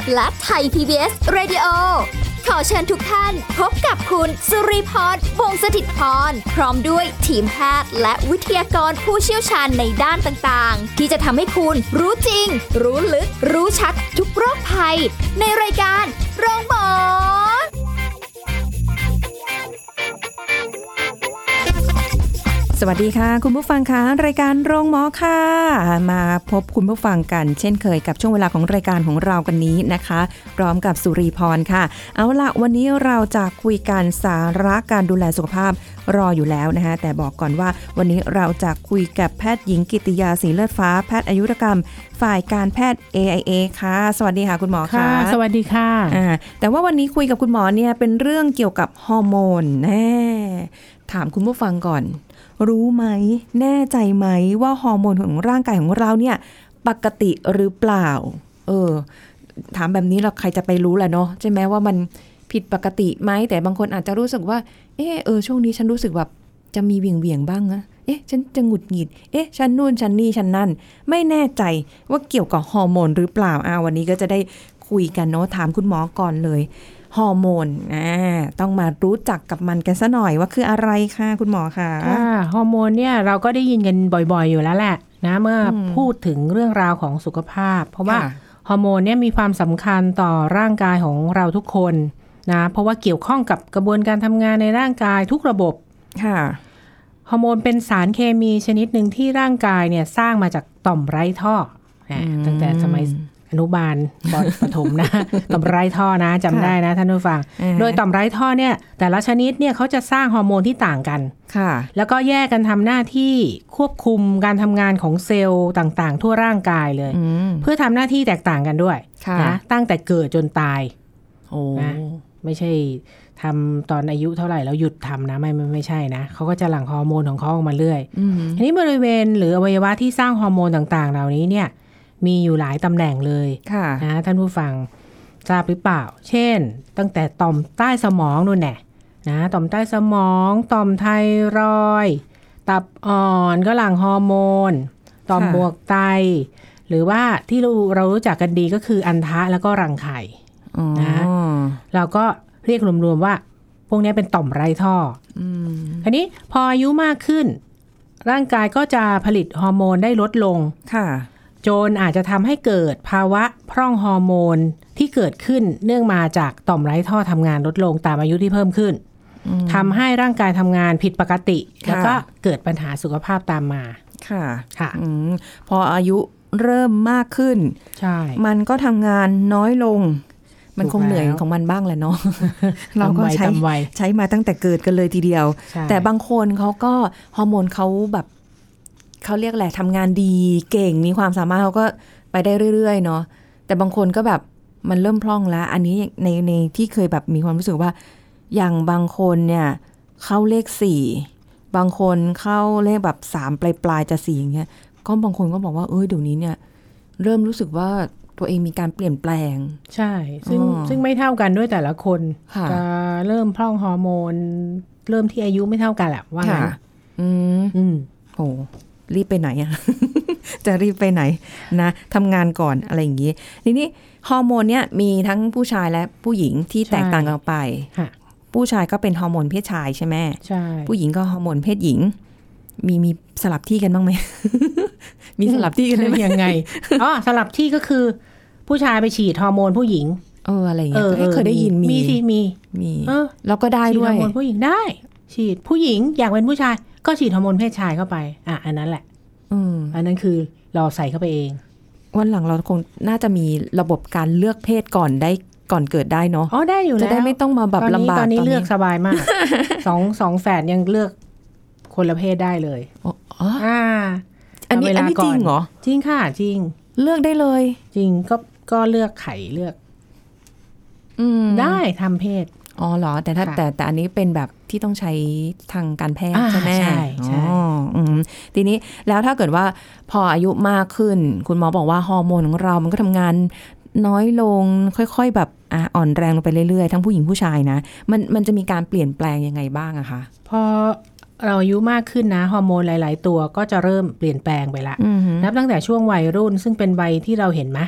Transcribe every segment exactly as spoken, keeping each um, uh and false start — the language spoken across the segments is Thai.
และไทย พี บี เอส Radio ขอเชิญทุกท่านพบกับคุณสุริพร วงศ์สถิตพรพร้อมด้วยทีมแพทย์และวิทยากรผู้เชี่ยวชาญในด้านต่างๆที่จะทำให้คุณรู้จริงรู้ลึกรู้ชัดทุกโรคภัยในรายการโรงหมอสวัสดีค่ะคุณผู้ฟังคะรายการโรงหมอค่ะมาพบคุณผู้ฟังกันเช่นเคยกับช่วงเวลาของรายการของเรากันนี้นะคะพร้อมกับสุรีพรค่ะเอาล่ะวันนี้เราจะคุยกันสาระการดูแลสุขภาพรออยู่แล้วนะคะแต่บอกก่อนว่าวันนี้เราจะคุยกับแพทย์หญิงกิตติยาศรีเลือดฟ้าแพทย์อายุรกรรมฝ่ายการแพทย์ เอ ไอ เอ ค่ะสวัสดีค่ะคุณหมอค่ะสวัสดีค่ะอ่าแต่ว่าวันนี้คุยกับคุณหมอเนี่ยเป็นเรื่องเกี่ยวกับฮอร์โมนแน่ถามคุณผู้ฟังก่อนรู้ไหมแน่ใจไหมว่าฮอร์โมนของร่างกายของเราเนี่ยปกติหรือเปล่าเออถามแบบนี้เราใครจะไปรู้ล่ะเนาะใช่ไหมว่ามันผิดปกติไหมแต่บางคนอาจจะรู้สึกว่าเออเออช่วงนี้ฉันรู้สึกแบบจะมีเวียงเวียงบ้างนะเอ๊ะฉันจะหงุดหงิดเอ๊ะฉันนู่นฉันนี่ฉันนั่นไม่แน่ใจว่าเกี่ยวกับฮอร์โมนหรือเปล่าอ่าวันนี้ก็จะได้คุยกันเนาะถามคุณหมอก่อนเลยฮอร์โมนอ่าต้องมารู้จักกับมันกันซะหน่อยว่าคืออะไรค่ะคุณหมอค่ะค่ะฮอร์โมนเนี่ยเราก็ได้ยินกันบ่อยๆอยู่แล้วแหละนะเมื่อพูดถึงเรื่องราวของสุขภาพเพราะว่าฮอร์โมนเนี่ยมีความสำคัญต่อร่างกายของเราทุกคนนะเพราะว่าเกี่ยวข้องกับกระบวนการทำงานในร่างกายทุกระบบค่ะฮอร์โมนเป็นสารเคมีชนิดหนึ่งที่ร่างกายเนี่ยสร้างมาจากต่อมไร้ท่อตั้งแต่สมัยอนุบาลประถมนะ ต่อมไร้ท่อนะจำได้นะท่านผู้ฟังโดยต่อมไร้ท่อเนี่ยแต่ละชนิดเนี่ยเขาจะสร้างฮอร์โมนที่ต่างกันแล้วก็แยกกันทำหน้าที่ควบคุมการทำงานของเซลล์ต่างๆทั่วร่างกายเลยเพื่อทำหน้าที่แตกต่างกันด้วยนะตั้งแต่เกิดจนตายนะไม่ใช่ทำตอนอายุเท่าไหร่แล้วหยุดทำนะไม่ไม่ไม่ใช่นะเขาก็จะหลั่งฮอร์โมนของเขาออกมาเรื่อยอันนี้บริเวณหรืออวัยวะที่สร้างฮอร์โมนต่างๆเหล่านี้เนี่ยมีอยู่หลายตำแหน่งเลยนะท่านผู้ฟังทราบหรือเปล่าเช่นตั้งแต่ต่อมใต้สมองนู่นแน่นะต่อมใต้สมองต่อมไทรอยด์ตับอ่อนก็หลั่งฮอร์โมนต่อมบวกไตหรือว่าที่เราเรารู้จักกันดีก็คืออัณฑะแล้วก็รังไข่นะเราก็เรียกรวมๆว่าพวกนี้เป็นต่อมไร้ท่ออันนี้พออายุมากขึ้นร่างกายก็จะผลิตฮอร์โมนได้ลดลงค่ะจนอาจจะทำให้เกิดภาวะพร่องฮอร์โมนที่เกิดขึ้นเนื่องมาจากต่อมไร้ท่อทำงานลดลงตามอายุที่เพิ่มขึ้นทำให้ร่างกายทำงานผิดปกติแล้วก็เกิดปัญหาสุขภาพตามมาค่ะค่ะพออายุเริ่มมากขึ้นใช่มันก็ทำงานน้อยลงมันคงเหนื่อยของมันบ้างแหละเนาะเราก็ใช้ใช้มาตั้งแต่เกิดกันเลยทีเดียวแต่บางคนเขาก็ฮอร์โมนเขาแบบเขาเรียกแหละทำงานดีเก่งมีความสามารถเขาก็ไปได้เรื่อยๆเนาะแต่บางคนก็แบบมันเริ่มพร่องแล้วอันนี้ในในที่เคยแบบมีความรู้สึกว่าอย่างบางคนเนี่ยเข้าเลขสี่บางคนเข้าเลขแบบสามปลายปลายจะสี่อย่างเงี้ยก็บางคนก็บอกว่าเออเดี๋ยวนี้เนี่ยเริ่มรู้สึกว่าตัวเองมีการเปลี่ยนแปลงใช่ซึ่งซึ่งไม่เท่ากันด้วยแต่ละคนจะเริ่มพร่องฮอร์โมนเริ่มที่อายุไม่เท่ากันแหละว่างั้นอืมอืมโอ้รีบไปไหนอะ จะรีบไปไหนนะทำงานก่อนอะไรอย่างนี้ทีนี้ฮอร์โมนเนี่ยมีทั้งผู้ชายและผู้หญิงที่แตกต่างกันไปผู้ชายก็เป็นฮอร์โมนเพศชายใช่ไหมใช่ผู้หญิงก็ฮอร์โมนเพศหญิงมีมีสลับที่กันบ้างไหม มีสลับที่กันได้ไหมยังไงอ๋อสลับที่ก็คือผู้ชายไปฉีดฮอร์โมนผู้หญิงเอออะไรอย่างเงี้ยเคยได้ยินมีมีสิมีมีแล้วก็ได้ด้วยฉีดฮอร์โมนผู้หญิงได้ฉีดผู้หญิงอยากเป็นผู้ชายก็ฉีดฮอร์โมนเพศชายเข้าไปอ่ะอันนั้นแหละอืมอันนั้นคือเราใส่เข้าไปเองวันหลังเราคงน่าจะมีระบบการเลือกเพศก่อนได้ก่อนเกิดได้เนาะอ๋อได้อยู่แล้วจะได้ไม่ต้องมาแบบลำบากตอนนี้เลือกสบายมากสองสองแฝดยังเลือกคนละเพศได้เลยอ๋ออ่าอันนี้อันนี้จริงเหรอจริงค่ะจริงเลือกได้เลยจริงก็ก็เลือกไข่เลือกอืมได้ทำเพศอ๋อเหรอแต่ถ้าแต่แต่อันนี้เป็นแบบที่ต้องใช้ทางการแพทย์ใช่ไหมใช่ใช่ทีนี้แล้วถ้าเกิดว่าพออายุมากขึ้นคุณหมอบอกว่าฮอร์โมนของเรามันก็ทำงานน้อยลงค่อยๆแบบอ่อนแรงลงไปเรื่อยๆทั้งผู้หญิงผู้ชายนะมันมันจะมีการเปลี่ยนแปลงยังไงบ้างอะคะพอเราอายุมากขึ้นนะฮอร์โมนหลายๆตัวก็จะเริ่มเปลี่ยนแปลงไปละนับตั้งแต่ช่วงวัยรุ่นซึ่งเป็นวัยที่เราเห็นไหม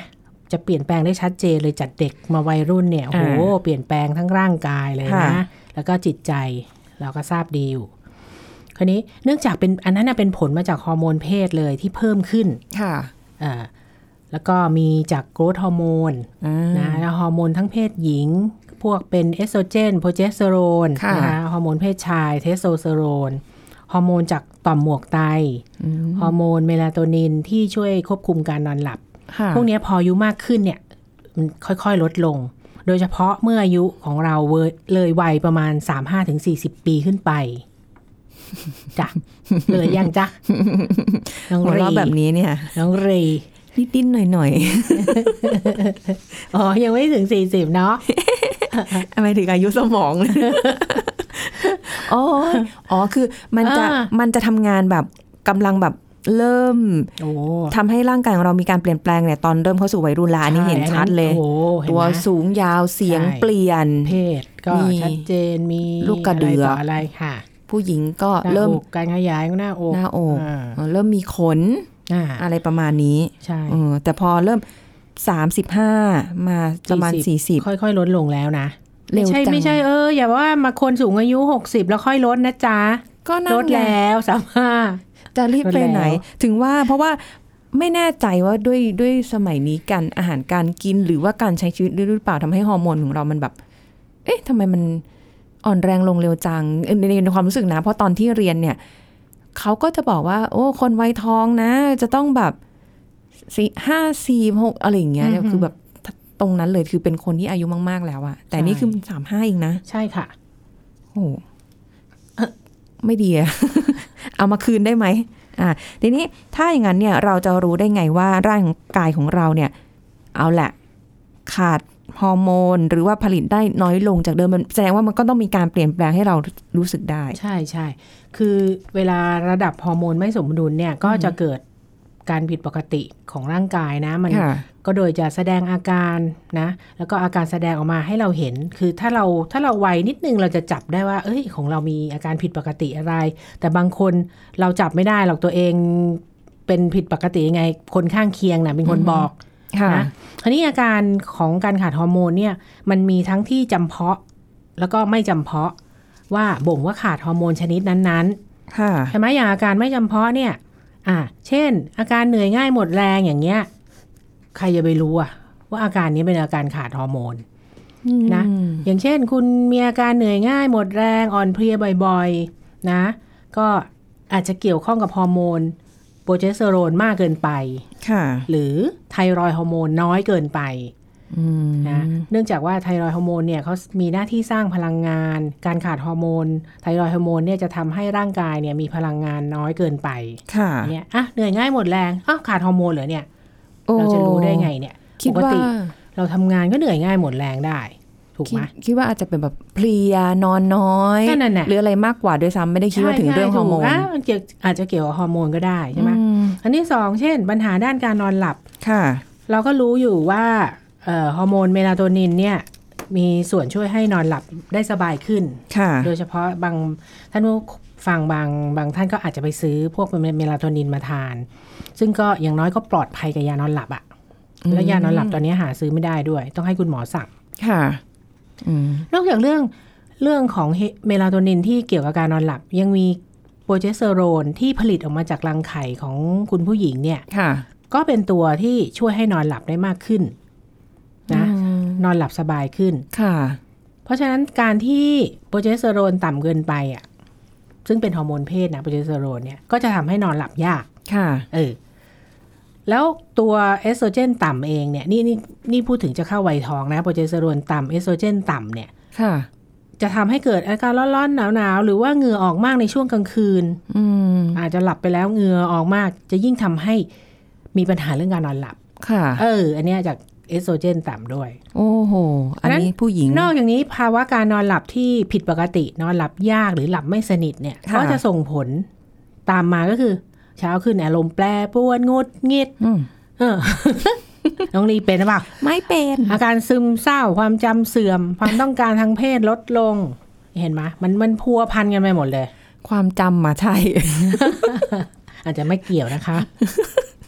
จะเปลี่ยนแปลงได้ชัดเจนเลยจากเด็กมาวัยรุ่นเนี่ยโอ้โหเปลี่ยนแปลงทั้งร่างกายเลยนะแล้วก็จิตใจเราก็ทราบดีอยู่คราวนี้เนื่องจากเป็นอันนั้นเป็นผลมาจากฮอร์โมนเพศเลยที่เพิ่มขึ้นค่ะอ่าแล้วก็มีจากโกรทฮอร์โมนนะแล้วฮอร์โมนทั้งเพศหญิงพวกเป็นเอสโตรเจนโปรเจสเตอโรนนะคะฮอร์โมนเพศชายเทสโทสเตอโรนฮอร์โมนจากต่อมหมวกไตฮอร์โมนเมลาโทนินที่ช่วยควบคุมการนอนหลับพวกนี้พออายุมากขึ้นเนี่ยมันค่อยๆลดลงโดยเฉพาะเมื่ออายุของเราเลยวัยประมาณ สามสิบห้าถึงสี่สิบ ปีขึ้นไปจ้ะเลยยังจ้ะน้องรีแบบนี้เนี่ยน้องรีนิดๆหน่อยๆอ๋อยังไม่ถึงสี่สิบเนาะทำไมถึงอายุสมองอ๋ออ๋อคือมันจะมันจะทำงานแบบกำลังแบบเริ่มทำให้ร่างกายของเรามีการเปลี่ยนแปลงเนี่ยตอนเริ่มเข้าสู่วัยรุ่นแล้วอันนี้เห็นชัดเลยตัวสูงยาวเสียงเปลี่ยนเพศก็ชัดเจนมีลูกกระเดือกอะไรค่ะผู้หญิงก็เริ่มการขยายหน้าอกหน้าอกเริ่มมีขนอะไรประมาณนี้ใช่แต่พอเริ่มสามสิบห้ามาประมาณสี่สิบค่อยๆลดลงแล้วนะไม่ใช่ไม่ใช่เอออย่าว่ามาคนสูงอายุหกสิบแล้วค่อยลดนะจ๊ะก็ลดแล้วสามสิบห้าจะรีบไปไหนถึงว่าเพราะว่าไม่แน่ใจว่าด้วยด้วยสมัยนี้การอาหารการกินหรือว่าการใช้ชีวิตหรือเปล่าทำให้ฮอร์โมนของเรามันแบบเอ๊ะทำไมมันอ่อนแรงลงเร็วจังในความรู้สึกนะเพราะตอนที่เรียนเนี่ยเขาก็จะบอกว่าโอ้คนวัยทองนะจะต้องแบบสี่ห้าสี่หกอะไรอย่างเงี้ยคือแบบตรงนั้นเลยคือเป็นคนที่อายุมากๆแล้วอะแต่นี่คือสามห้าเองนะใช่ค่ะโอ้ไม่ดีอะ เอามาคืนได้ไหมอ่าทีนี้ถ้าอย่างนั้นเนี่ยเราจะรู้ได้ไงว่าร่างกายของเราเนี่ยเอาแหละขาดฮอร์โมนหรือว่าผลิตได้น้อยลงจากเดิมมันแสดงว่ามันก็ต้องมีการเปลี่ยนแปลงให้เรารู้สึกได้ใช่ใช่คือเวลาระดับฮอร์โมนไม่สมดุลเนี่ยก็จะเกิดการผิดปกติของร่างกายนะมันก็โดยจะแสดงอาการนะแล้วก็อาการแสดงออกมาให้เราเห็นคือถ้าเราถ้าเราไวนิดนึงเราจะจับได้ว่าเอ้ยของเรามีอาการผิดปกติอะไรแต่บางคนเราจับไม่ได้หรอกตัวเองเป็นผิดปกติยังไงคนข้างเคียงนะเป็นคนบอกนะอันนี้อาการของการขาดฮอร์โมนเนี่ยมันมีทั้งที่จำเพาะแล้วก็ไม่จำเพาะว่าบ่งว่าขาดฮอร์โมนชนิดนั้นๆใช่ไหมอย่างอาการไม่จำเพาะเนี่ยอ่ะเช่นอาการเหนื่อยง่ายหมดแรงอย่างเงี้ยใครจะไปรู้อะว่าอาการนี้เป็นอาการขาดฮอร์โมนนะอย่างเช่นคุณมีอาการเหนื่อยง่ายหมดแรงอ่อนเพลียบ่อยๆนะก็อาจจะเกี่ยวข้องกับฮอร์โมนโปรเจสเตอโรนมากเกินไปหรือไทรอยด์ฮอร์โมนน้อยเกินไปนะเนื่องจากว่าไทรอยด์ฮอร์โมนเนี่ยเขามีหน้าที่สร้างพลังงานการขาดฮอร์โมนไทรอยด์ฮอร์โมนเนี่ยจะทำให้ร่างกายเนี่ยมีพลังงานน้อยเกินไปเนี่ยอ่ะเหนื่อยง่ายหมดแรงอ้าวขาดฮอร์โมนเหรอเนี่ยเราจะรู้ได้ไงเนี่ยปกติเราทำงานก็เหนื่อยง่ายหมดแรงได้ถูกไหมคิดว่าอาจจะเป็นแบบเพลียนอนน้อยหรืออะไรมากกว่าด้วยซ้ำไม่ได้คิดว่าถึงเรื่องฮอร์โมนอาจจะเกี่ยวกับฮอร์โมนก็ได้ใช่ไหมอันที่สองเช่นปัญหาด้านการนอนหลับค่ะเราก็รู้อยู่ว่าฮอร์โมนเมลาโทนินเนี่ยมีส่วนช่วยให้นอนหลับได้สบายขึ้นโดยเฉพาะบางท่านผู้ฟังบางบางท่านก็อาจจะไปซื้อพวกเมลาโทนินมาทานซึ่งก็อย่างน้อยก็ปลอดภัยกับยานอนหลับอะแล้วยานอนหลับตอนนี้หาซื้อไม่ได้ด้วยต้องให้คุณหมอสั่งค่ะนอกจากเรื่องเรื่องของเมลาโทนินที่เกี่ยวกับการนอนหลับยังมีโปรเจสเตอโรนที่ผลิตออกมาจากรังไข่ของคุณผู้หญิงเนี่ยก็เป็นตัวที่ช่วยให้นอนหลับได้มากขึ้นนะนอนหลับสบายขึ้นค่ะเพราะฉะนั้นการที่โปรเจสเตอโรนต่ำเกินไปอ่ะซึ่งเป็นฮอร์โมนเพศนะโปรเจสเตอโรนเนี่ยก็จะทำให้นอนหลับยากค่ะเออแล้วตัวเอสโตรเจนต่ำเองเนี่ยนี่นี่นี่พูดถึงจะเข้าวัยทองนะโปรเจสเตอโรนต่ำเอสโตรเจนต่ำเนี่ยค่ะจะทำให้เกิดอาการร้อนๆหนาวๆหรือว่าเหงื่อออกมากในช่วงกลางคืนอืมอาจจะหลับไปแล้วเหงื่อออกมากจะยิ่งทำให้มีปัญหาเรื่องการนอนหลับค่ะเอออันเนี้ยจากเอสโตรเจนต่ำด้วยโอ้โหอันนี้ผู้หญิงนอกจากนี้ภาวะการนอนหลับที่ผิดปกตินอนหลับยากหรือหลับไม่สนิทเนี่ยก็จะส่งผลตามมาก็คือเช้าขึ้นอารมณ์แปรปรวนงุดหงิดเออน้องลีเป็นหรือเปล่าไม่เป็นอาการซึมเศร้าความจำเสื่อมความต้องการทางเพศลดลงเห็นไหมมันมันพัวพันกันไปหมดเลยความจำมาใช่อาจจะไม่เกี่ยวนะคะ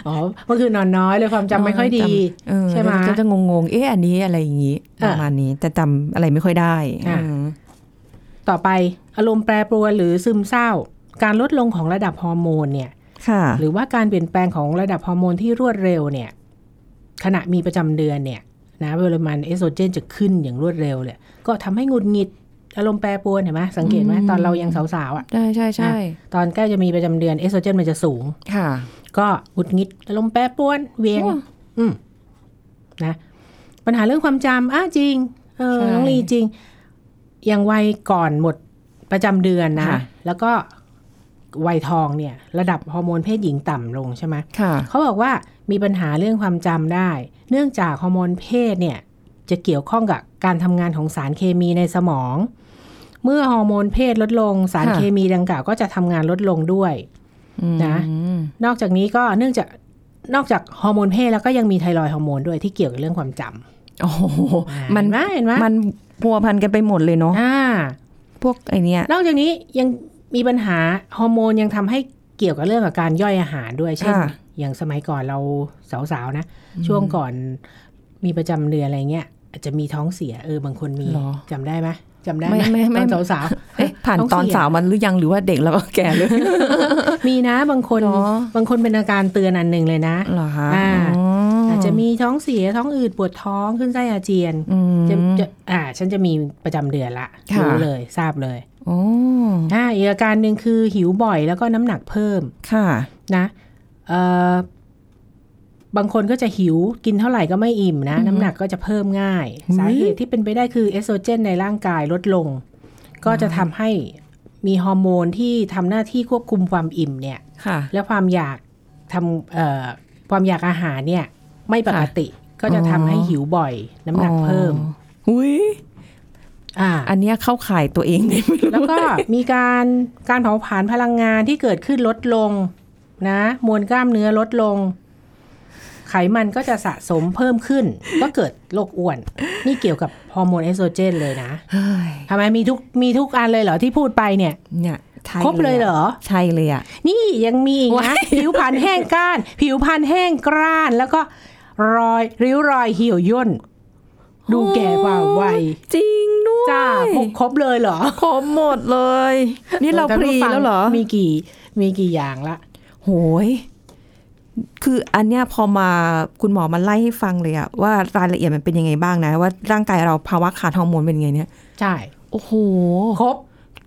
อ๋อเมื่อคืนนอนน้อยเลยความจำไม่ค่อยดีใช่ไหมก็จะงงๆเอ๊ะอันนี้อะไรอย่างนี้ประมาณนี้จะจำอะไรไม่ค่อยได้ต่อไปอารมณ์แปรปรวนหรือซึมเศร้าการลดลงของระดับฮอร์โมนเนี่ยหรือว่าการเปลี่ยนแปลงของระดับฮอร์โมนที่รวดเร็วเนี่ยขณะมีประจำเดือนเนี่ยนะปริมาณเอสโตรเจนจะขึ้นอย่างรวดเร็วเลยก็ทำให้หงุดหงิดอารมณ์แปรปรวนเห็นไหมสังเกตไหมตอนเรายังสาวๆอ่ะใช่ใช่ใช่ตอนใกล้จะมีประจำเดือนเอสโตรเจนมันจะสูงค่ะก็หงุดหงิดอารมณ์แปรปรวนเวียงอืมนะปัญหาเรื่องความจำอ่ะจริงเออน้องลีจริงอย่างวัยก่อนหมดประจำเดือนนะแล้วก็วัยทองเนี่ยระดับฮอร์โมนเพศหญิงต่ำลงใช่ไหมเขาบอกว่ามีปัญหาเรื่องความจำได้เนื่องจากฮอร์โมนเพศเนี่ยจะเกี่ยวข้องกับการทำงานของสารเคมีในสมองเมื่อฮอร์โมนเพศลดลงสารเคมีดังกล่าวก็จะทำงานลดลงด้วยนะนอกจากนี้ก็เนื่องจากนอกจากฮอร์โมนเพศแล้วก็ยังมีไทรอยด์ฮอร์โมนด้วยที่เกี่ยวกับเรื่องความจำโอ้มันเห็นไหมมันพัวพันกันไปหมดเลยเนาะพวกไอเนี้ยนอกจากนี้ยังมีปัญหาฮอร์โมนยังทำให้เกี่ยวกับเรื่องกับการย่อยอาหารด้วยเช่นอย่างสมัยก่อนเราสาวๆนะช่วงก่อนมีประจำเดือนอะไรเงี้ยอาจจะมีท้องเสียเออบางคนมีจำได้ไหมจำได้ไหมตอนสาวๆผ่านตอนสาวมันหรือยังหรือว่าเด็กแล้วก็แก่เลยมีนะบางคนบางคนเป็นอาการเตือนอันหนึ่งเลยนะเหรอคะอาจจะมีท้องเสียท้องอืดปวดท้องขึ้นไส้อาเจียนจะจะอ่าฉันจะมีประจำเดือนละรู้เลยทราบเลยโอ้อ่าอีกอาการหนึ่งคือหิวบ่อยแล้วก็น้ำหนักเพิ่มค่ะนะเอ่อบางคนก็จะหิวกินเท่าไหร่ก็ไม่อิ่มนะน้ำหนักก็จะเพิ่มง่ายสาเหตุที่เป็นไปได้คือเอสโตรเจนในร่างกายลดลงก็จะทำให้มีฮอร์โมนที่ทำหน้าที่ควบคุมความอิ่มเนี่ยและความอยากทำเอ่อความอยากอาหารเนี่ยไม่ปกติก็จะทำให้หิวบ่อยน้ำหนักเพิ่มอุ้ยอ่าอันนี้เข้าข่ายตัวเองเลยแล้วก็มีการการเผาผลาญพลังงานที่เกิดขึ้นลดลงนะมวลกล้ามเนื้อลดลงไขมันก็จะสะสมเพิ่มขึ้นก็เกิดโรคอ้วนนี่เกี่ยวกับฮอร์โมนเอสโตรเจนเลยนะทำไมมีทุกมีทุกอันเลยเหรอที่พูดไปเนี่ยเนี่ยครบเลยเหรอใช่เลยอ่ะนี่ยังมีอีกนะผิวพรรณแห้งก้านผิวพรรณแห้งกร้านแล้วก็รอยริ้วรอยเหี่ยวย่นดูแก่กว่าวัยจริงด้วยจ้าครบเลยเหรอครบหมดเลยนี่เราพรีแล้วเหรอมีกี่มีกี่อย่างละโหยคืออันเนี้ยพอมาคุณหมอมาไล่ให้ฟังเลยอะว่ารายละเอียดมันเป็นยังไงบ้างนะว่าร่างกายเราภาวะขาดฮอร์โมนเป็นยังไงเนี่ยใช่โอ้โหครบ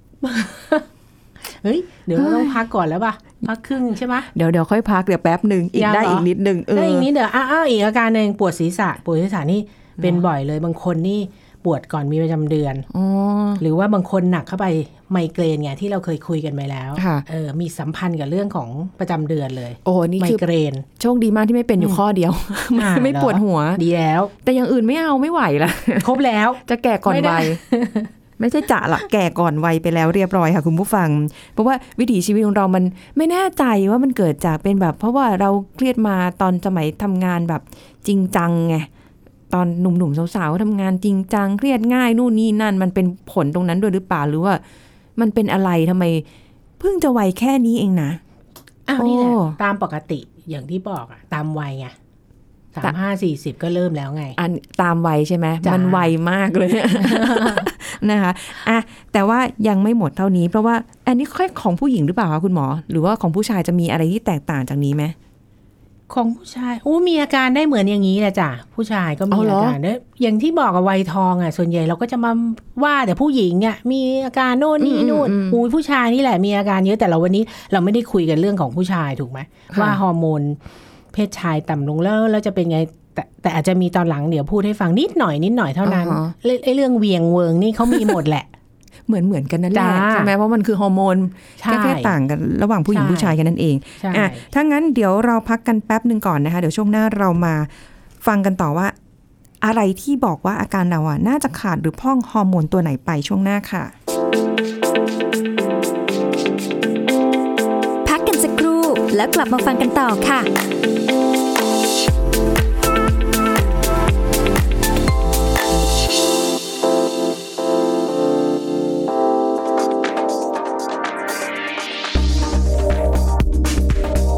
เฮ้ยเดี๋ยวเราต้องพักก่อนแล้วป่ะพักครึ่งใช่ไหมเดี๋ยวเดี๋ยวค่อยพักเดี๋ยวแป๊บหนึ่งอีกได้อีกนิดนึงเออได้อีกนิดเดี๋ยวอ้าวอีกอาการหนึ่งปวดศีรษะปวดศีรษะนี่เป็นบ่อยเลยบางคนนี่ปวดก่อนมีประจำเดือนหรือว่าบางคนหนักเข้าไปไมเกรนไงที่เราเคยคุยกันไปแล้วเออมีสัมพันธ์กับเรื่องของประจำเดือนเลยโอ้นี่คือไมเกรนโชคดีมากที่ไม่เป็นอยู่ข้อเดียวไม่ปวดหัวดีแล้วแต่อย่างอื่นไม่เอาไม่ไหวละครบแล้วจะแก่ก่อนวัยไม่ใช่จะละแก่ก่อนวัยไปแล้วเรียบร้อยค่ะคุณผู้ฟังเพราะว่าวิถีชีวิตของเรามันไม่แน่ใจว่ามันเกิดจากเป็นแบบเพราะว่าเราเครียดมาตอนสมัยทำงานแบบจริงจังไงตอนหนุ่มๆสาวๆทำงานจริงจังเครียดง่ายนู่นนี่นั่นมันเป็นผลตรงนั้นด้วยหรือเปล่าหรือว่ามันเป็นอะไรทำไมเพิ่งจะวัยแค่นี้เองนะอ้าวนี่แหละตามปกติอย่างที่บอกอะตามวัยไงสามห้าสี่สิบก็เริ่มแล้วไงอันตามวัยใช่ไหมมันไวมากเลย นะคะอ่ะแต่ว่ายังไม่หมดเท่านี้เพราะว่าอันนี้แค่ของผู้หญิงหรือเปล่าคะคุณหมอหรือว่าของผู้ชายจะมีอะไรที่แตกต่างจากนี้ไหมของผู้ชายอู้มีอาการได้เหมือนอย่างนี้แหละจ้ะผู้ชายก็มีอาการได้อย่างที่บอกกับวัยทองอ่ะส่วนใหญ่เราก็จะมาว่าแต่ผู้หญิงอ่ะมีอาการโน่นนี่นู่นอู้ผู้ชายนี่แหละมีอาการเยอะแต่เราวันนี้เราไม่ได้คุยกันเรื่องของผู้ชายถูกไหมว่าฮอร์โมนเพศชายต่ำลงแล้วแล้วจะเป็นไงแต่แต่อาจจะมีตอนหลังเดี๋ยวพูดให้ฟังนิดหน่อยนิดหน่อยเท่านั้นไอ้เรื่องเวียงเวิงนี่เขามีหมดแหละเหมือนเหมือนกันนั่นแหละใช่ไหมเพราะมันคือฮอร์โมนแค่แค่ต่างกันระหว่างผู้หญิงผู้ชายกันนั่นเองอ่ะถ้างั้นเดี๋ยวเราพักกันแป๊บนึงก่อนนะคะเดี๋ยวช่วงหน้าเรามาฟังกันต่อว่าอะไรที่บอกว่าอาการเราอ่ะน่าจะขาดหรือพร่องฮอร์โมนตัวไหนไปช่วงหน้าค่ะพักกันสักครู่แล้วกลับมาฟังกันต่อค่ะ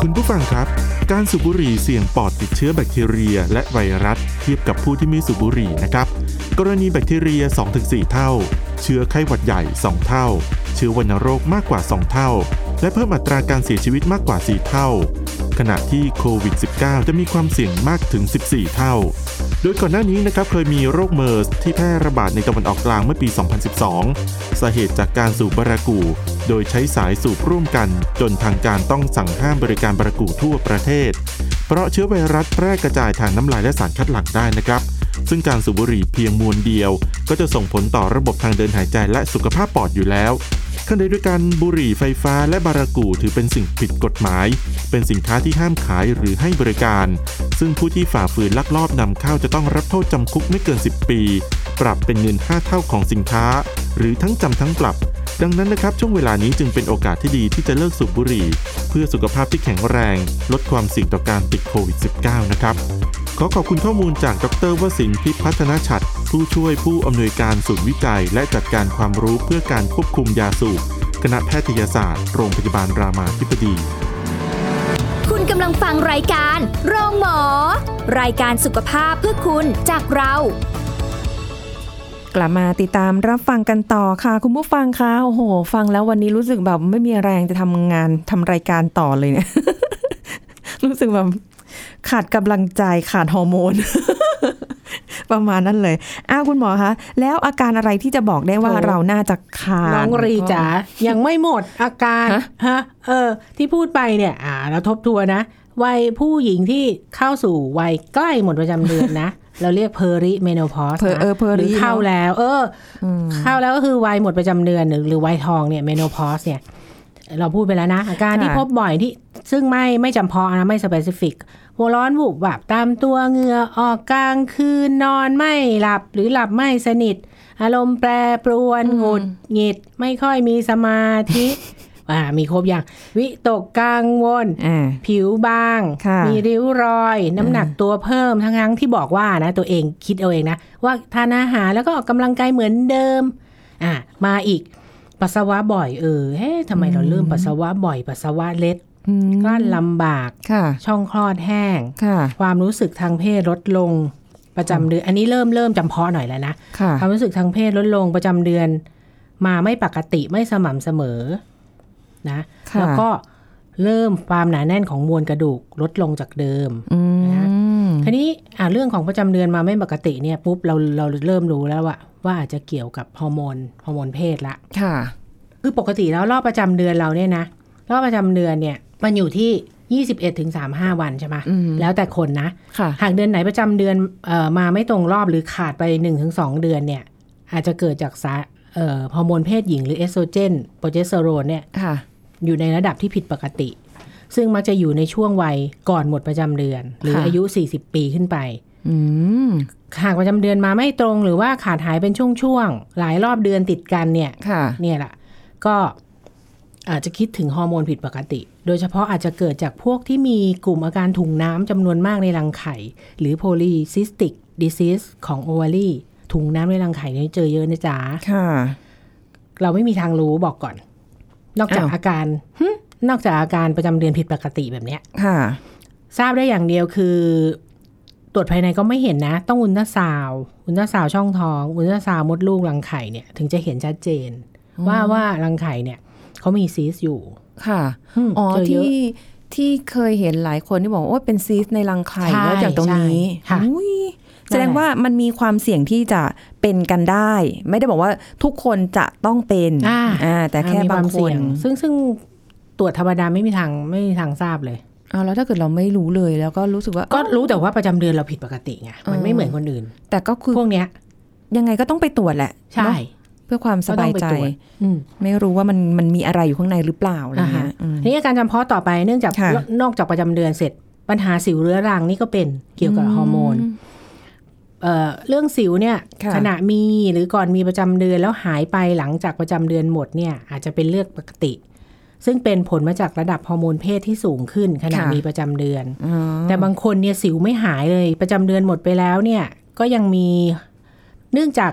คุณผู้ฟังครับการสูบบุหรี่เสี่ยงปอดติดเชื้อแบคทีเรียและไวรัสเทียบกับผู้ที่ไม่สูบบุหรี่นะครับกรณีแบคทีเรีย สองถึงสี่ เท่าเชื้อไข้หวัดใหญ่สองเท่าเชื้อวัณโรคมากกว่าสองเท่าและเพิ่มอัตราการเสียชีวิตมากกว่าสี่เท่าขณะที่โควิด สิบเก้า จะมีความเสี่ยงมากถึงสิบสี่เท่าโดยก่อนหน้านี้นะครับเคยมีโรคเมอร์สที่แพร่ระบาดในตะวันออกกลางเมื่อปี สองพันสิบสอง สาเหตุจากการสูบบารากูโดยใช้สายสูบร่วมกันจนทางการต้องสั่งห้ามบริการบารากูทั่วประเทศเพราะเชื้อไวรัสแพร่กระจายทางน้ำลายและสารคัดหลั่งได้นะครับซึ่งการสูบบุหรี่เพียงมวลเดียวก็จะส่งผลต่อระบบทางเดินหายใจและสุขภาพปอดอยู่แล้วขณะเดียวกันบุหรี่ไฟฟ้าและบารากูถือเป็นสิ่งผิดกฎหมายเป็นสินค้าที่ห้ามขายหรือให้บริการซึ่งผู้ที่ฝ่าฝืนลักลอบนำเข้าจะต้องรับโทษจำคุกไม่เกินสิบปีปรับเป็นเงินห้าเท่าของสินค้าหรือทั้งจำทั้งปรับดังนั้นนะครับช่วงเวลานี้จึงเป็นโอกาสที่ดีที่จะเลิกสูบบุหรี่เพื่อสุขภาพที่แข็งแรงลดความเสี่ยงต่อการติดโควิด สิบเก้า นะครับขอขอบคุณข้อมูลจากดร.วสินทร์ พิพัฒนฉัตรผู้ช่วยผู้อำนวยการศูนย์วิจัยและจัดการความรู้เพื่อการควบคุมยาสูบคณะแพทยศาสตร์โรงพยาบาลรามาธิบดีคุณกำลังฟังรายการโรงหมอรายการสุขภาพเพื่อคุณจากเรากลับมาติดตามรับฟังกันต่อค่ะคุณผู้ฟังคะโอ้โหฟังแล้ววันนี้รู้สึกแบบไม่มีแรงจะทำงานทำรายการต่อเลยเนี่ย รู้สึกแบบขาดกำลังใจขาดฮอร์โมน ประมาณนั้นเลยอ้าวคุณหมอคะแล้วอาการอะไรที่จะบอกได้ว่าเราน่าจะขาดน้องรีจ๋ายังไม่หมดอาการฮะเออที่พูดไปเนี่ยอ่าเราทบทวนนะวัยผู้หญิงที่เข้าสู่วัยใกล้หมดประจำเดือนนะ เราเรียกเพอริเมโนพอสนะหรือเข้าแล้วเออเข้าแล้วก็คือวัยหมดประจำเดือนหรือหรือวัยทองเนี่ยเมโนพอสเนี่ยเราพูดไปแล้วนะอาการที่พบบ่อยที่ซึ่งไม่ไม่จำเพาะนะไม่สเปซิฟิกหัวร้อนวูบวาบตามตัวเหงื่อออกกลางคืนนอนไม่หลับหรือหลับไม่สนิทอารมณ์แปรปรวนหงุดหงิดไม่ค่อยมีสมาธิอ่ามีครบอย่างวิตกกังวลผิวบางมีริ้วรอยน้ำหนักตัวเพิ่มทั้งทั้งที่บอกว่านะตัวเองคิดเอาเองนะว่าทานอาหารแล้วก็ออกกำลังกายเหมือนเดิมอ่ามาอีกปัสสาวะบ่อยเออเฮ้ทำไมเราเริ่มปัสสาวะบ่อยปัสสาวะเล็ดกลั้นลำบากช่องคลอดแห้งความรู้สึกทางเพศลดลงประจำเดือนอันนี้เริ่มเริ่มจำเพาะหน่อยแล้วนะความรู้สึกทางเพศลดลงประจำเดือนมาไม่ปกติไม่สม่ำเสมอนะแล้วก็เริ่มความหนาแน่นของมวลกระดูกลดลงจากเดิมนะทีนี้อ่าเรื่องของประจำเดือนมาไม่ปกติเนี่ยปุ๊บเราเราเริ่มรู้แล้วว่าว่าอาจจะเกี่ยวกับฮอร์โมนฮอร์โมนเพศละค่ะคือปกติแล้วรอบประจำเดือนเราเนี่ยนะรอบประจำเดือนเนี่ยมันอยู่ที่ ยี่สิบเอ็ดถึงสามสิบห้า วันใช่ไหมแล้วแต่คนนะหากเดือนไหนประจำเดือนเอ่อมาไม่ตรงรอบหรือขาดไป หนึ่งถึงสอง เดือนเนี่ยอาจจะเกิดจากสารเอ่อฮอร์โมนเพศหญิงหรือเอสโตรเจนโปรเจสเตอโรนเนี่ยอยู่ในระดับที่ผิดปกติซึ่งมักจะอยู่ในช่วงวัยก่อนหมดประจำเดือนหรืออายุสี่สิบปีขึ้นไปหากประจำเดือนมาไม่ตรงหรือว่าขาดหายเป็นช่วงๆหลายรอบเดือนติดกันเนี่ยเนี่ยแหละก็อาจจะคิดถึงฮอร์โมนผิดปกติโดยเฉพาะอาจจะเกิดจากพวกที่มีกลุ่มอาการถุงน้ำจำนวนมากในรังไข่หรือ polycystic disease ของ ovary ถุงน้ำในรังไข่นี่เจอเยอะนะจ๊ะเราไม่มีทางรู้บอกก่อนนอกจากอาการนอกจากอาการประจำเดือนผิดปกติแบบนี้ทราบได้อย่างเดียวคือตรวจภายในก็ไม่เห็นนะต้องอุลตราซาวด์อุลตราซาวด์ช่องท้องอุลตราซาวด์มดลูกรังไข่เนี่ยถึงจะเห็นชัดเจนว่าว่ารังไข่เนี่ยเขามีซีสอยู่ค่ะอ๋อที่ที่เคยเห็นหลายคนที่บอกว่าเป็นซีสในรังไข่แล้วจากตรงนี้แสดงว่ามันมีความเสี่ยงที่จะเป็นกันได้ไม่ได้บอกว่าทุกคนจะต้องเป็นอ่าแต่แค่บางคนซึ่งซึ่งตรวจธรรมดาไม่มีทางไม่มีทางทราบเลยอ้าวแล้วถ้าเกิดเราไม่รู้เลยแล้วก็รู้สึกว่าก็รู้แต่ว่าประจำเดือนเราผิดปกติไงมันไม่เหมือนคนอื่นแต่ก็คือพวกเนี้ยยังไงก็ต้องไปตรวจแหละใช่เพื่อความสบายใจไม่รู้ว่ามันมันมีอะไรอยู่ข้างในหรือเปล่าอะไรเงี้ยนี่อาการจำเพาะต่อไปเนื่องจากนอกจากประจำเดือนเสร็จปัญหาสิวเรื้อรังนี่ก็เป็นเกี่ยวกับฮอร์โมนเอ่อเรื่องสิวเนี่ยขณะมีหรือก่อนมีประจำเดือนแล้วหายไปหลังจากประจำเดือนหมดเนี่ยอาจจะเป็นเรื่องปกติซึ่งเป็นผลมาจากระดับฮอร์โมนเพศที่สูงขึ้นขณะมีประจำเดือนแต่บางคนเนี่ยสิวไม่หายเลยประจำเดือนหมดไปแล้วเนี่ยก็ยังมีเนื่องจาก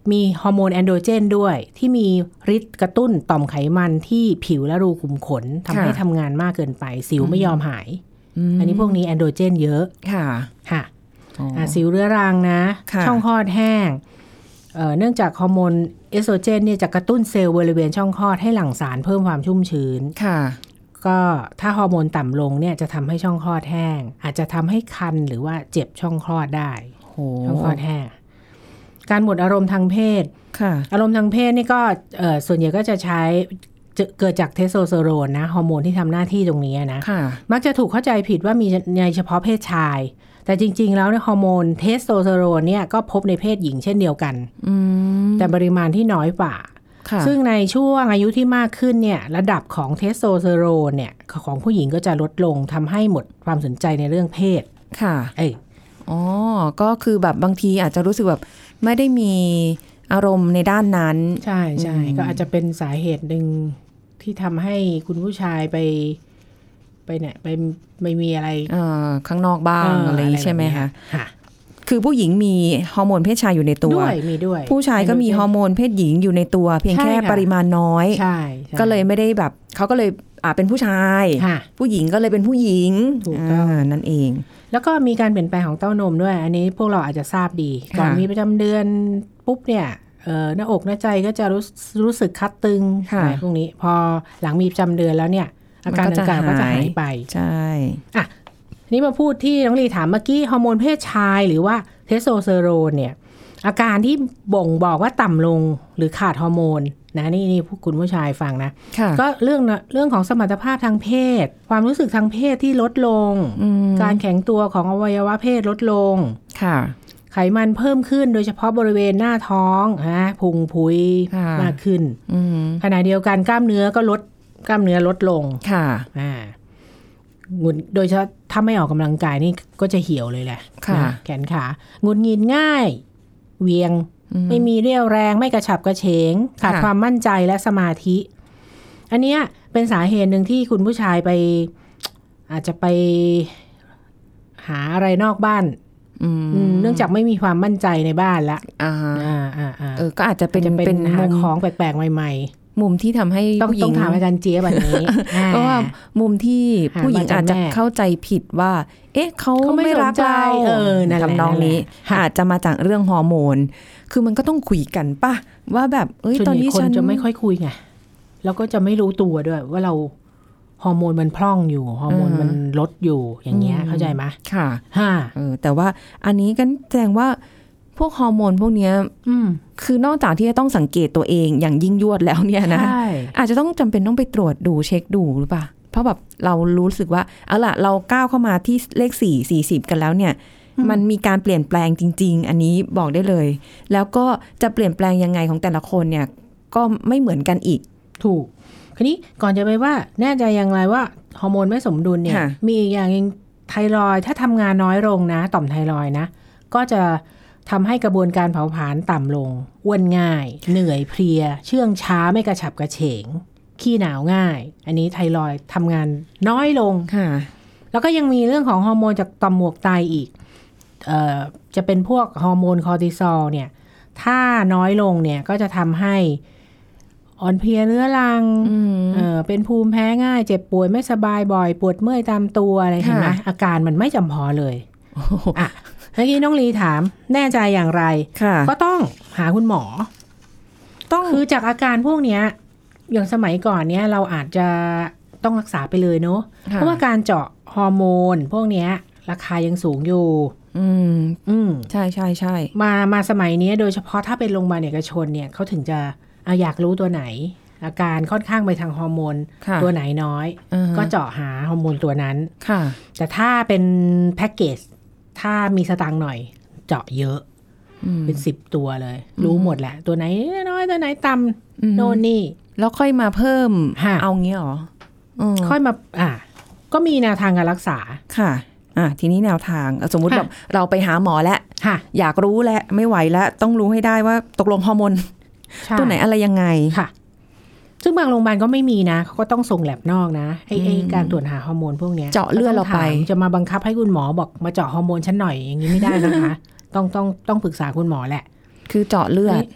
มีฮอร์โมนแอนโดรเจนด้วยที่มีฤทธิ์กระตุ้นต่อมไขมันที่ผิวและรูขุมขนทำให้ทำงานมากเกินไปสิวไม่ยอมหายอันนี้พวกนี้แอนโดรเจนเยอะค่ะค่ะสิวเรื้อรังนะช่องคลอดแห้ง เ, เนื่องจากฮอร์โมนเอสโตรเจนเนี่ยจะกระตุ้นเซลล์บริเวณช่องคลอดให้หลั่งสารเพิ่มความชุ่มชื้นค่ะก็ถ้าฮอร์โมนต่ำลงเนี่ยจะทำให้ช่องคลอดแห้งอาจจะทำให้คันหรือว่าเจ็บช่องคลอดได้ช่องคลอดแห้งการหมดอารมณ์ทางเพศอารมณ์ทางเพศนี่ก็ส่วนใหญ่ก็จะใช้เกิดจากเทสโทสเตอโรนนะฮอร์โมนที่ทำหน้าที่ตรงนี้นะมักจะถูกเข้าใจผิดว่ามีในเฉพาะเพศชายแต่จริงๆแล้วฮอร์โมนเทสโทสเตอโรนเนี่ยก็พบในเพศหญิงเช่นเดียวกันแต่ปริมาณที่น้อยกว่าซึ่งในช่วงอายุที่มากขึ้นเนี่ยระดับของเทสโทสเตอโรนเนี่ยของผู้หญิงก็จะลดลงทำให้หมดความสนใจในเรื่องเพศค่ะเอ้ยอ๋อก็คือแบบบางทีอาจจะรู้สึกแบบไม่ได้มีอารมณ์ในด้านนั้นใช่ใช่ก็อาจจะเป็นสาเหตุหนึ่งที่ทำให้คุณผู้ชายไปไปเนี่ยไปไม่มีอะไรข้างนอกบ้าง อ, อะไรใช่ไหมคะคือผู้หญิงมีฮอร์โมนเพศชายอยู่ในตัวด้วยมีด้วยผู้ชายก็มีฮอร์โมนเพศหญิงอยู่ในตัวเพียงแค่ปริมาณน้อยใช่ก็เลยไม่ได้แบบเขาก็เลยอ่าเป็นผู้ชายผู้หญิงก็เลยเป็นผู้หญิงถูกต้องนั่นเองแล้วก็มีการเปลี่ยนแปลงของเต้านมด้วยอันนี้พวกเราอาจจะทราบดีก่อนมีประจำเดือนปุ๊บเนี่ยหน้าอกหน้าใจก็จะรู้รู้สึกคัดตึงอะไรพวกนี้พอหลังมีประจำเดือนแล้วเนี่ยอาการต่างๆก็จะหายไปใช่อ่ะนี่มาพูดที่น้องลีถามเมื่อกี้ฮอร์โมนเพศชายหรือว่าเทสโทสเตอโรนเนี่ยอาการที่บ่งบอกว่าต่ำลงหรือขาดฮอร์โมนนะนี่นี่พวกคุณผู้ชายฟังนะก็เรื่องเรื่องของสมรรถภาพทางเพศความรู้สึกทางเพศที่ลดลงการแข็งตัวของอวัยวะเพศลดลงค่ะไขมันเพิ่มขึ้นโดยเฉพาะบริเวณหน้าท้องฮะพุงพุยมากขึ้นขณะเดียวกันกล้ามเนื้อก็ลดกล้ามเนื้อลดลงค่ะอ่าหงุดโดยเฉพาะถ้าไม่ออกกำลังกายนี่ก็จะเหี่ยวเลยแหละแขนขาหงุดหงิดง่ายเวียงไม่มีเรี่ยวแรงไม่กระฉับกระเฉงขาดความมั่นใจและสมาธิอันเนี้ยเป็นสาเหตุหนึ่งที่คุณผู้ชายไปอาจจะไปหาอะไรนอกบ้านเนื่องจากไม่มีความมั่นใจในบ้านละอ่าอ่าเออก็อาจจะเป็นเป็นหาของแปลกๆใหม่ๆมุมที่ทำให้ผู้หญิงต้องถามอาจารย์เจี๊ยบแบบนี้เพราะว่ามุมที่ผู้หญิงอาจจะเข้าใจผิดว่าเอ๊ะเขาไม่รักเราทำนองนี้อาจจะมาจากเรื่องฮอร์โมนคือมันก็ต้องคุยกันป่ะว่าแบบเอ้ยตอนนี้ฉันจะไม่ค่อยคุยไงแล้วก็จะไม่รู้ตัวด้วยว่าเราฮอร์โมนมันพร่องอยู่ฮอร์โมนมันลดอยู่อย่างเงี้ยเข้าใจไหมค่ะฮะเออแต่ว่าอันนี้ก็แสดงว่าพวกฮอร์โมนพวกนี้คือนอกจากที่จะต้องสังเกตตัวเองอย่างยิ่งยวดแล้วเนี่ยนะอาจจะต้องจำเป็นต้องไปตรวจดูเช็คดูหรือเปล่าเพราะแบบเรารู้สึกว่าเอาล่ะเราก้าวเข้ามาที่เลขสี่สี่สิบกันแล้วเนี่ยมันมีการเปลี่ยนแปลงจริงๆอันนี้บอกได้เลยแล้วก็จะเปลี่ยนแปลงยังไงของแต่ละคนเนี่ยก็ไม่เหมือนกันอีกถูกทีนี้ก่อนจะไปว่าแน่ใจอย่างไรว่าฮอร์โมนไม่สมดุลเนี่ยมีอีกอย่างนึงไทรอยด์ถ้าทำงานน้อยลงนะต่อมไทรอยด์นะก็จะทำให้กระบวนการเผาผลาญต่ำลงอ้วนง่ายเหนื่อยเพลียเชื่องช้าไม่กระฉับกระเฉงขี้หนาวง่ายอันนี้ไทรอยด์ทำงานน้อยลงค่ะแล้วก็ยังมีเรื่องของฮอร์โมนจากต่อมหมวกไตอีกเอ่อจะเป็นพวกฮอร์โมนคอร์ติซอลเนี่ยถ้าน้อยลงเนี่ยก็จะทำให้อ่อนเพลียเรื้อรังเออเป็นภูมิแพ้ง่ายเจ็บป่วยไม่สบายบ่อยปวดเมื่อยตามตัวอะไรเห็นไหมอาการมันไม่จำพอเลยอ่ะเมื่อกี้น้องลีถามแน่ใจอย่างไรก็ต้องหาคุณหมอต้องคือจากอาการพวกเนี้ยอย่างสมัยก่อนเนี้ยเราอาจจะต้องรักษาไปเลยเนอะเพราะว่าการเจาะฮอร์โมนพวกเนี้ยราคายังสูงอยู่อืมอืมใช่ใช่ใช่มามาสมัยนี้โดยเฉพาะถ้าเป็นโรงพยาบาลเอกชนเนี่ยเขาถึงจะอยากรู้ตัวไหนอาการค่อนข้างไปทางฮอร์โมนตัวไหนน้อยก็เจาะหาฮอร์โมนตัวนั้นแต่ถ้าเป็นแพ็กเกจถ้ามีสตางค์หน่อยเจาะเยอะเป็นสิบตัวเลยรู้หมดแหละตัวไหนน้อยตัวไหนต่ำโน่นนี่แล้วค่อยมาเพิ่มเอางี้หรอค่อยมาอ่ะก็มีแนวทางการรักษาค่ะอ่ะทีนี้แนวทางสมมุติแบบเราไปหาหมอแล้วอยากรู้แล้วไม่ไหวแล้วต้องรู้ให้ได้ว่าตกลงฮอร์โมนตัวไหนอะไรยังไงค่ะซึ่งบางโรงพยาบาลก็ไม่มีนะเขาก็ต้องส่งแลบนอกนะไอ้ไอ้การตรวจหาฮอร์โมนพวกนี้เจาะเลือดเราไปจะมาบังคับให้คุณหมอบอกมาเจาะฮอร์โมนฉันหน่อยอย่างนี้ไม่ได้นะคะ ต้องต้องต้องปรึกษาคุณหมอแหละคือเจาะเลือด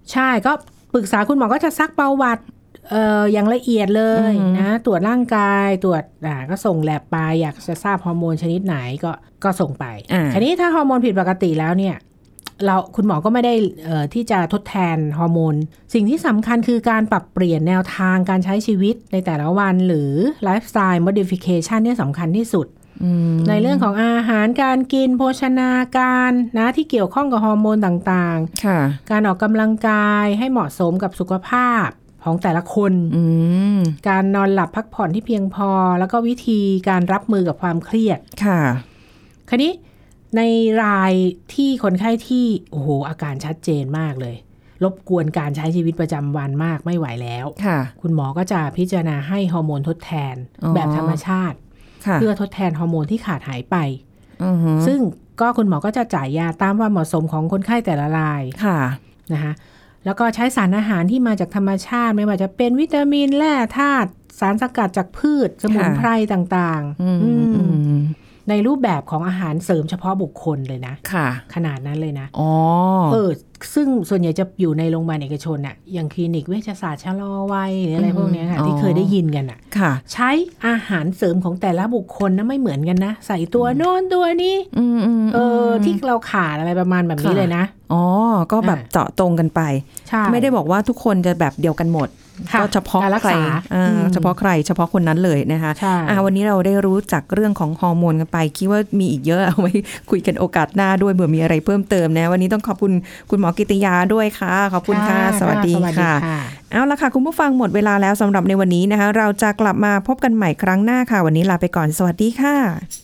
ใช่ก็ปรึกษาคุณหมอก็จะซักประวัติเอ่ออย่างละเอียดเลยนะตรวจร่างกายตรวจอ่าก็ส่งแลบไปอยากจะทราบฮอร์โมนชนิดไหนก็ก็ส่งไปทีนี้ถ้าฮอร์โมนผิดปกติแล้วเนี่ยเราคุณหมอก็ไม่ได้เอ่อที่จะทดแทนฮอร์โมนสิ่งที่สำคัญคือการปรับเปลี่ยนแนวทางการใช้ชีวิตในแต่ละวันหรือไลฟ์สไตล์ modification เนี่ยสำคัญที่สุดในเรื่องของอาหารการกินโภชนาการนะที่เกี่ยวข้องกับฮอร์โมนต่างๆการออกกำลังกายให้เหมาะสมกับสุขภาพของแต่ละคนการนอนหลับพักผ่อนที่เพียงพอแล้วก็วิธีการรับมือกับความเครียดค่ะคราวนี้ในรายที่คนไข้ที่โอ้โหอาการชัดเจนมากเลยรบกวนการใช้ชีวิตประจำวันมากไม่ไหวแล้วคุณหมอก็จะพิจารณาให้ฮอร์โมนทดแทนแบบธรรมชาติเพื่อทดแทนฮอร์โมนที่ขาดหายไปซึ่งก็คุณหมอก็จะจ่ายยาตามความเหมาะสมของคนไข้แต่ละรายนะคะแล้วก็ใช้สารอาหารที่มาจากธรรมชาติไม่ว่าจะเป็นวิตามินแร่ธาตุสารสกัดจากพืชสมุนไพรต่างๆในรูปแบบของอาหารเสริมเฉพาะบุคคลเลยนะขนาดนั้นเลยนะอ๋อเออซึ่งส่วนใหญ่จะอยู่ในโรงพยาบาลเอกชนน่ะอย่างคลินิกเวชศาสตร์ชะลอวัยหรืออะไรพวกนี้ค่ะที่เคยได้ยินกันน่ะใช้อาหารเสริมของแต่ละบุคคลนะไม่เหมือนกันนะใส่ตัวโน้นตัวนี้เออที่เราขาดอะไรประมาณแบบนี้เลยนะอ๋อก็แบบเจาะตรงกันไปไม่ได้บอกว่าทุกคนจะแบบเดียวกันหมดก็เฉพาะใครเฉพาะใครเฉพาะคนนั้นเลยนะคะวันนี้เราได้รู้จักเรื่องของฮอร์โมนกันไปคิดว่ามีอีกเยอะเอาไว้คุยกันโอกาสหน้าด้วยเผื่อมีอะไรเพิ่มเติมนะวันนี้ต้องขอบคุณคุณหมอกิติยาด้วยค่ะขอบคุณค่ะสวัสดีค่ะเอาละค่ะคุณผู้ฟังหมดเวลาแล้วสำหรับในวันนี้นะคะเราจะกลับมาพบกันใหม่ครั้งหน้าค่ะวันนี้ลาไปก่อนสวัสดีค่ะ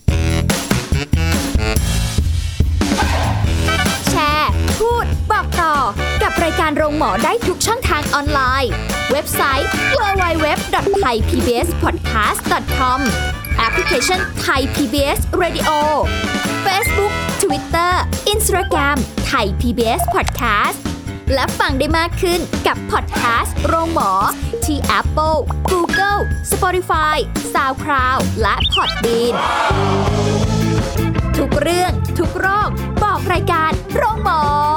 แชร์พูดบอกต่อกับรายการโรงหมอได้ทุกช่องทางออนไลน์เว็บไซต์ ดับเบิลยู ดับเบิลยู ดับเบิลยู ดอท ไทย พี บี เอส พอดแคสต์ ดอท คอม แอปพลิเคชัน Thai พี บี เอส Radio Facebook Twitter Instagram Thai พี บี เอส Podcast และฟังได้มากขึ้นกับพอดแคสต์โรงหมอที่ Apple, Google, Spotify, SoundCloud และ Podbean ทุกเรื่องทุกโรคบอกรายการโรงหมอ